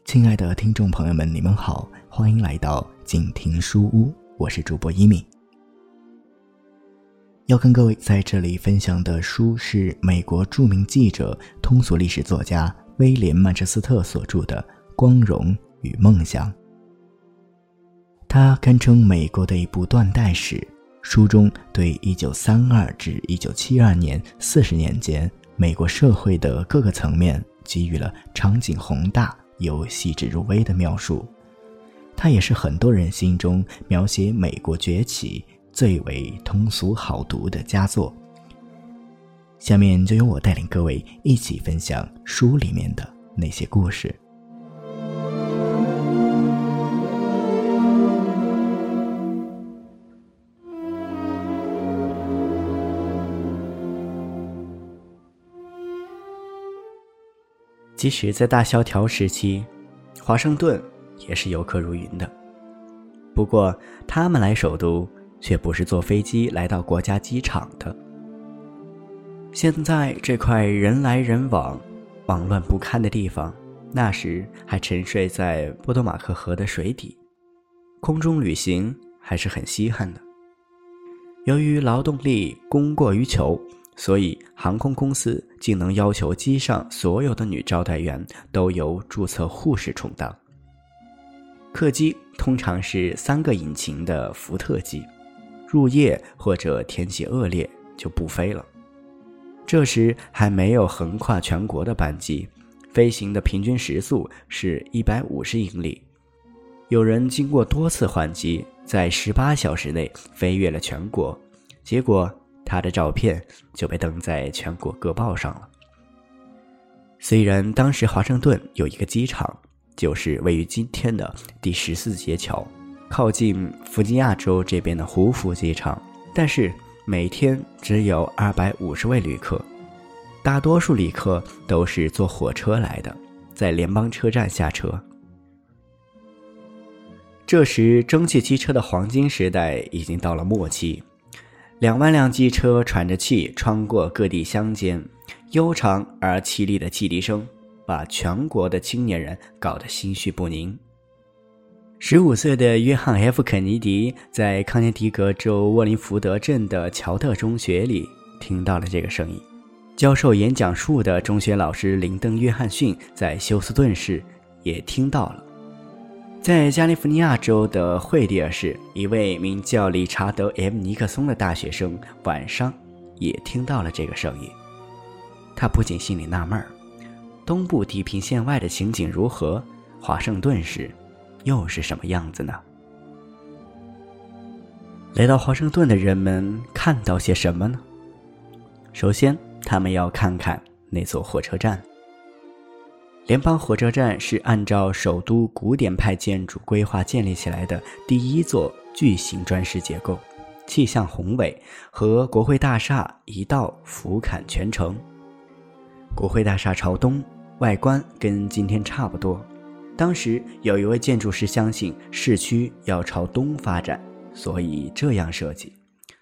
亲爱的听众朋友们，你们好，欢迎来到静听书屋，我是主播一鸣。要跟各位在这里分享的书是美国著名记者、通俗历史作家威廉·曼彻斯特所著的《光荣与梦想》。它堪称美国的一部断代史，书中对1932至1972年40年间美国社会的各个层面给予了场景宏大又细致入微的描述。它也是很多人心中描写美国崛起最为通俗好读的佳作。下面就由我带领各位一起分享书里面的那些故事。即使在大萧条时期，华盛顿也是游客如云的。不过他们来首都却不是坐飞机来到国家机场的。现在这块人来人往、忙乱不堪的地方，那时还沉睡在波多马克河的水底，空中旅行还是很稀罕的。由于劳动力供过于求，所以航空公司竟能要求机上所有的女招待员都由注册护士充当。客机通常是3个引擎的福特机，入夜或者天气恶劣就不飞了。这时还没有横跨全国的班机，飞行的平均时速是150英里。有人经过多次换机，在18小时内飞越了全国，结果他的照片就被登在全国各报上了。虽然当时华盛顿有一个机场，就是位于今天的第14节桥，靠近弗吉尼亚州这边的胡佛机场，但是每天只有250位旅客，大多数旅客都是坐火车来的，在联邦车站下车。这时蒸汽机车的黄金时代已经到了末期，2万辆机车喘着气穿过各地乡间，悠长而凄厉的汽笛声把全国的青年人搞得心绪不宁。15岁的约翰 ·F. 肯尼迪在康涅狄格州沃林福德镇的乔特中学里听到了这个声音。教授演讲术的中学老师林登·约翰逊在休斯顿市也听到了。在加利福尼亚州的惠蒂尔市，一位名叫理查德 ·M. 尼克松的大学生晚上也听到了这个声音。他不仅心里纳闷，东部地平线外的情景如何？华盛顿市又是什么样子呢？来到华盛顿的人们看到些什么呢？首先，他们要看看那座火车站。联邦火车站是按照首都古典派建筑规划建立起来的第一座巨型砖石结构，气象宏伟，和国会大厦一道俯瞰全城。国会大厦朝东，外观跟今天差不多。当时有一位建筑师相信市区要朝东发展，所以这样设计。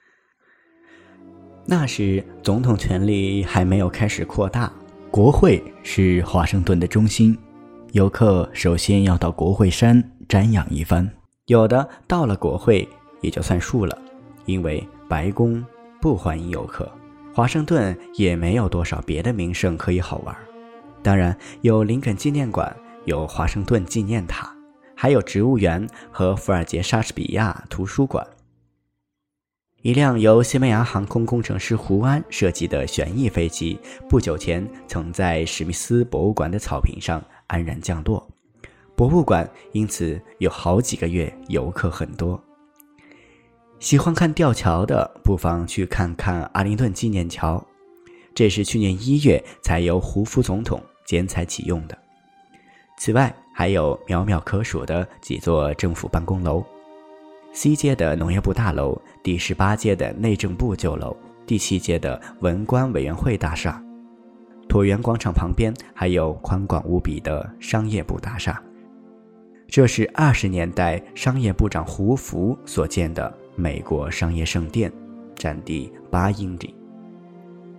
那时总统权力还没有开始扩大，国会是华盛顿的中心，游客首先要到国会山瞻仰一番。有的到了国会也就算数了，因为白宫不欢迎游客，华盛顿也没有多少别的名胜可以好玩。当然有林肯纪念馆，有华盛顿纪念塔，还有植物园和福尔杰莎士比亚图书馆。一辆由西班牙航空工程师胡安设计的旋翼飞机不久前曾在史密斯博物馆的草坪上安然降落，博物馆因此有好几个月游客很多。喜欢看吊桥的不妨去看看阿灵顿纪念桥，这是去年1月才由胡佛总统剪彩启用的。此外还有寥寥可数的几座政府办公楼，C 街的农业部大楼，第18街的内政部旧楼，第7街的文官委员会大厦。椭圆广场旁边还有宽广无比的商业部大厦，这是20年代商业部长胡佛所建的美国商业圣殿，占地8英里。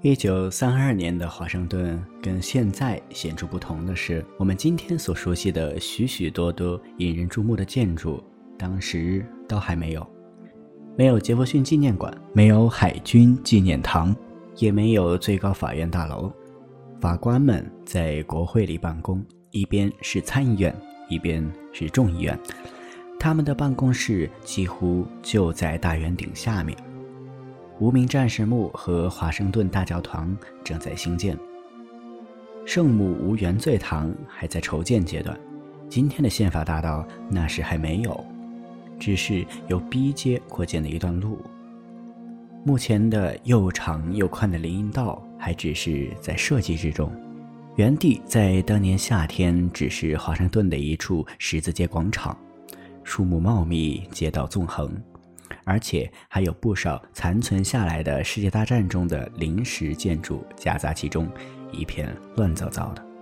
1932年的华盛顿跟现在显著不同的是，我们今天所熟悉的许许多多引人注目的建筑，当时都还没有。没有杰弗逊纪念馆，没有海军纪念堂，也没有最高法院大楼。法官们在国会里办公，一边是参议院，一边是众议院，他们的办公室几乎就在大圆顶下面。无名战士墓和华盛顿大教堂正在兴建，圣母无原罪堂还在筹建阶段。今天的宪法大道那时还没有，只是由 B 街扩建的一段路。目前的又长又宽的林荫道还只是在设计之中。原地在当年夏天只是华盛顿的一处十字街广场，树木茂密，街道纵横，而且还有不少残存下来的世界大战中的临时建筑夹杂其中，一片乱糟糟的。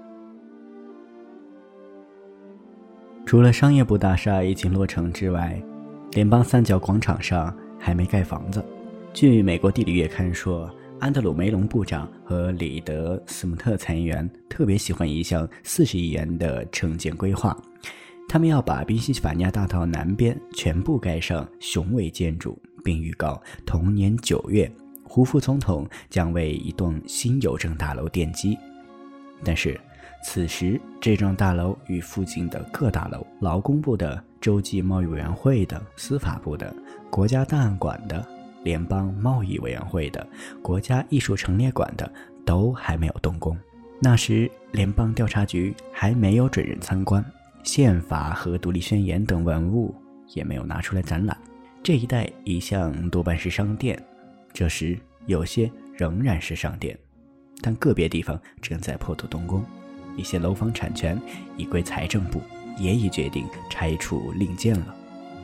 除了商业部大厦已经落成之外，联邦三角广场上还没盖房子。据美国地理月刊说，安德鲁·梅隆部长和里德·斯姆特参议员特别喜欢一项40亿元的城建规划，他们要把宾夕法尼亚大道南边全部盖上雄伟建筑，并预告同年9月，胡佛总统将为一栋新邮政大楼奠基。但是此时这幢大楼与附近的各大楼、劳工部的、州际贸易委员会的、司法部的、国家档案馆的、联邦贸易委员会的、国家艺术陈列馆的都还没有动工。那时联邦调查局还没有准人参观，宪法和独立宣言等文物也没有拿出来展览。这一带一向多半是商店，这时有些仍然是商店，但个别地方正在破土动工，一些楼房产权已归财政部，也已决定拆除另建了。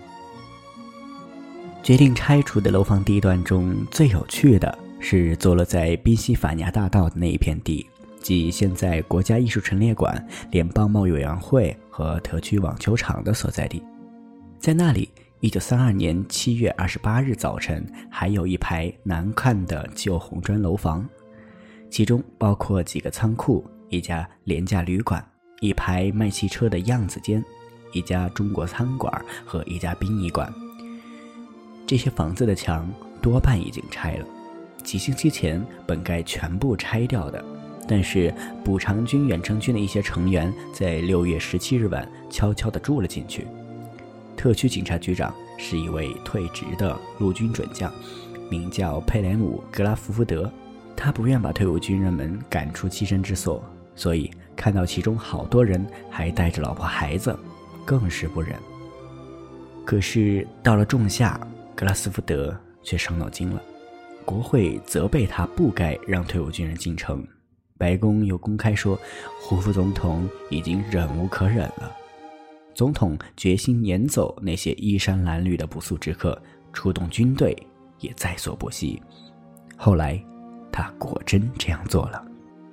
决定拆除的楼房地段中最有趣的是坐落在宾夕法尼亚大道的那一片地，即现在国家艺术陈列馆、联邦贸易委员会和特区网球场的所在地。在那里1932年7月28日早晨，还有一排难看的旧红砖楼房，其中包括几个仓库、一家廉价旅馆、一排卖汽车的样子间、一家中国餐馆和一家殡仪馆。这些房子的墙多半已经拆了，几星期前本该全部拆掉的，但是补偿军远征军的一些成员在6月17日晚悄悄地住了进去。特区警察局长是一位退职的陆军准将，名叫佩雷姆·格拉夫福德。他不愿把退伍军人们赶出栖身之所，所以看到其中好多人还带着老婆孩子，更是不忍。可是到了仲夏，格拉斯福德却伤脑筋了。国会责备他不该让退伍军人进城，白宫又公开说胡佛总统已经忍无可忍了。总统决心撵走那些衣衫褴褛的不速之客，出动军队也在所不惜。后来他果真这样做了。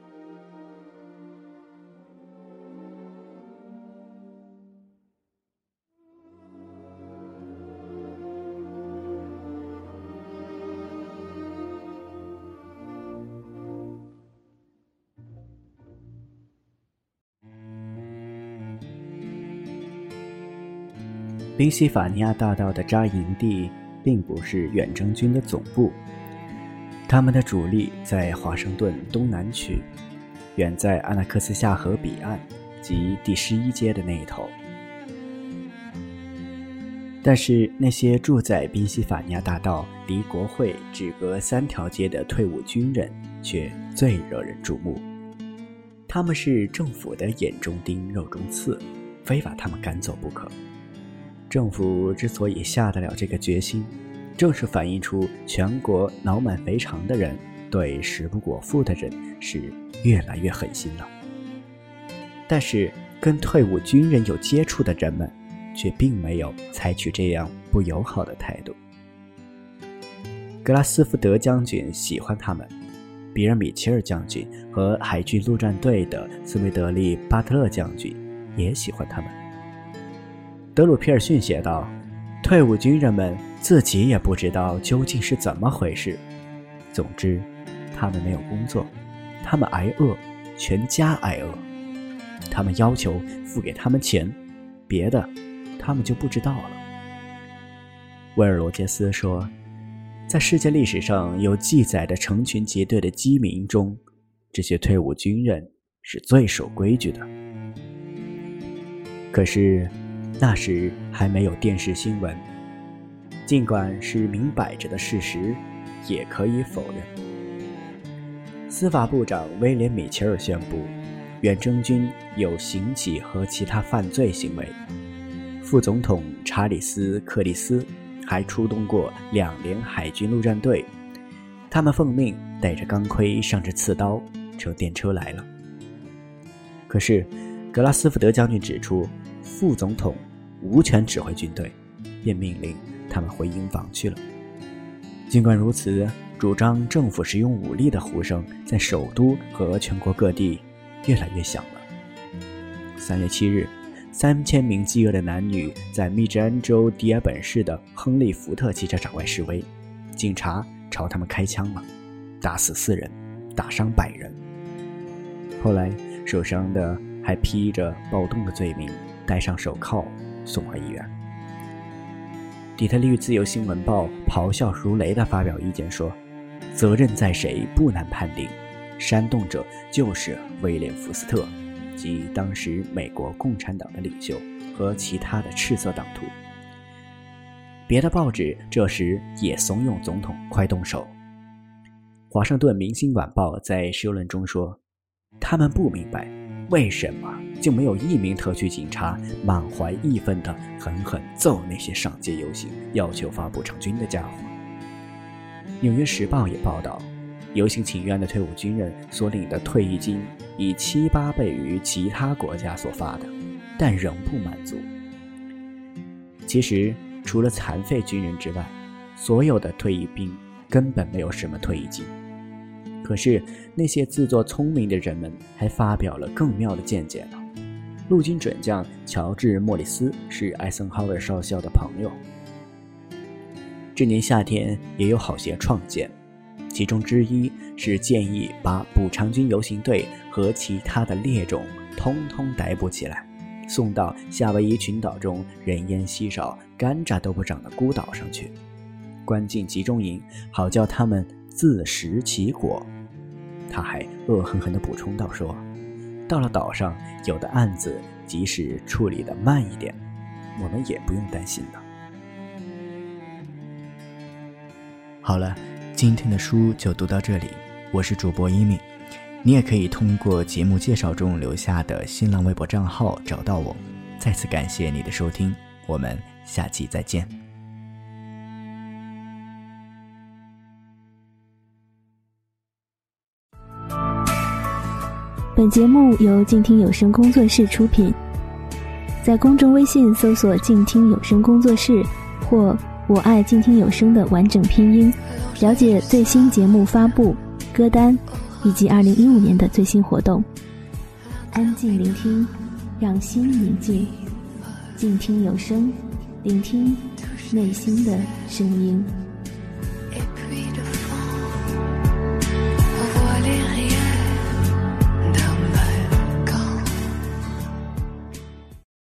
宾夕法尼亚大道的扎营地并不是远征军的总部，他们的主力在华盛顿东南区，远在阿纳克斯夏河彼岸及第11街的那一头。但是那些住在宾夕法尼亚大道离国会只隔3条街的退伍军人却最惹人注目。他们是政府的眼中钉肉中刺，非把他们赶走不可。政府之所以下得了这个决心，正是反映出全国脑满肥肠的人对食不果腹的人是越来越狠心了。但是跟退伍军人有接触的人们却并没有采取这样不友好的态度。格拉斯福德将军喜欢他们，比尔米切尔将军和海军陆战队的斯梅德利·巴特勒将军也喜欢他们。德鲁皮尔逊写道，退伍军人们自己也不知道究竟是怎么回事，总之他们没有工作，他们挨饿，全家挨饿。他们要求付给他们钱，别的他们就不知道了。威尔罗杰斯说，在世界历史上有记载的成群结队的饥民中，这些退伍军人是最守规矩的。可是那时还没有电视新闻，尽管是明摆着的事实，也可以否认。司法部长威廉·米切尔宣布，远征军有行乞和其他犯罪行为。副总统查理斯·克里斯还出动过2连海军陆战队，他们奉命带着钢盔上着刺刀乘电车来了。可是格拉斯福德将军指出，副总统无权指挥军队，便命令他们回营房去了。尽管如此，主张政府使用武力的呼声在首都和全国各地越来越响了。3月7日，3000名饥饿的男女在密执安州迪尔本市的亨利福特汽车场外示威，警察朝他们开枪了，打死4人，打伤100人。后来受伤的还披着暴动的罪名，戴上手铐送回医院。底特律自由新闻报咆哮如雷地发表意见说，责任在谁不难判定，煽动者就是威廉·福斯特，即当时美国共产党的领袖和其他的赤色党徒。别的报纸这时也怂恿总统快动手。华盛顿明星晚报在社论中说，他们不明白为什么就没有一名特区警察满怀义愤地狠狠揍那些上街游行要求发补偿军的家伙。纽约时报也报道，游行请愿的退伍军人所领的退役金以7-8倍于其他国家所发的，但仍不满足。其实除了残废军人之外，所有的退役兵根本没有什么退役金。可是那些自作聪明的人们还发表了更妙的见解呢。陆军准将乔治·莫里斯是艾森豪威尔少校的朋友。这年夏天也有好些创建，其中之一是建议把补偿军游行队和其他的劣种通通逮捕起来，送到夏威夷群岛中人烟稀少、甘蔗都不长的孤岛上去，关进集中营，好叫他们自食其果。他还恶狠狠地补充道说，到了岛上，有的案子即使处理得慢一点，我们也不用担心的。 好了，今天的书就读到这里，我是主播一鸣。你也可以通过节目介绍中留下的新浪微博账号找到我。再次感谢你的收听，我们下期再见。 本节目由静听有声工作室出品，在公众微信搜索静听有声工作室或我爱静听有声的完整拼音，了解最新节目发布、歌单以及2015年的最新活动。安静聆听，让心宁静，静听有声，聆听内心的声音。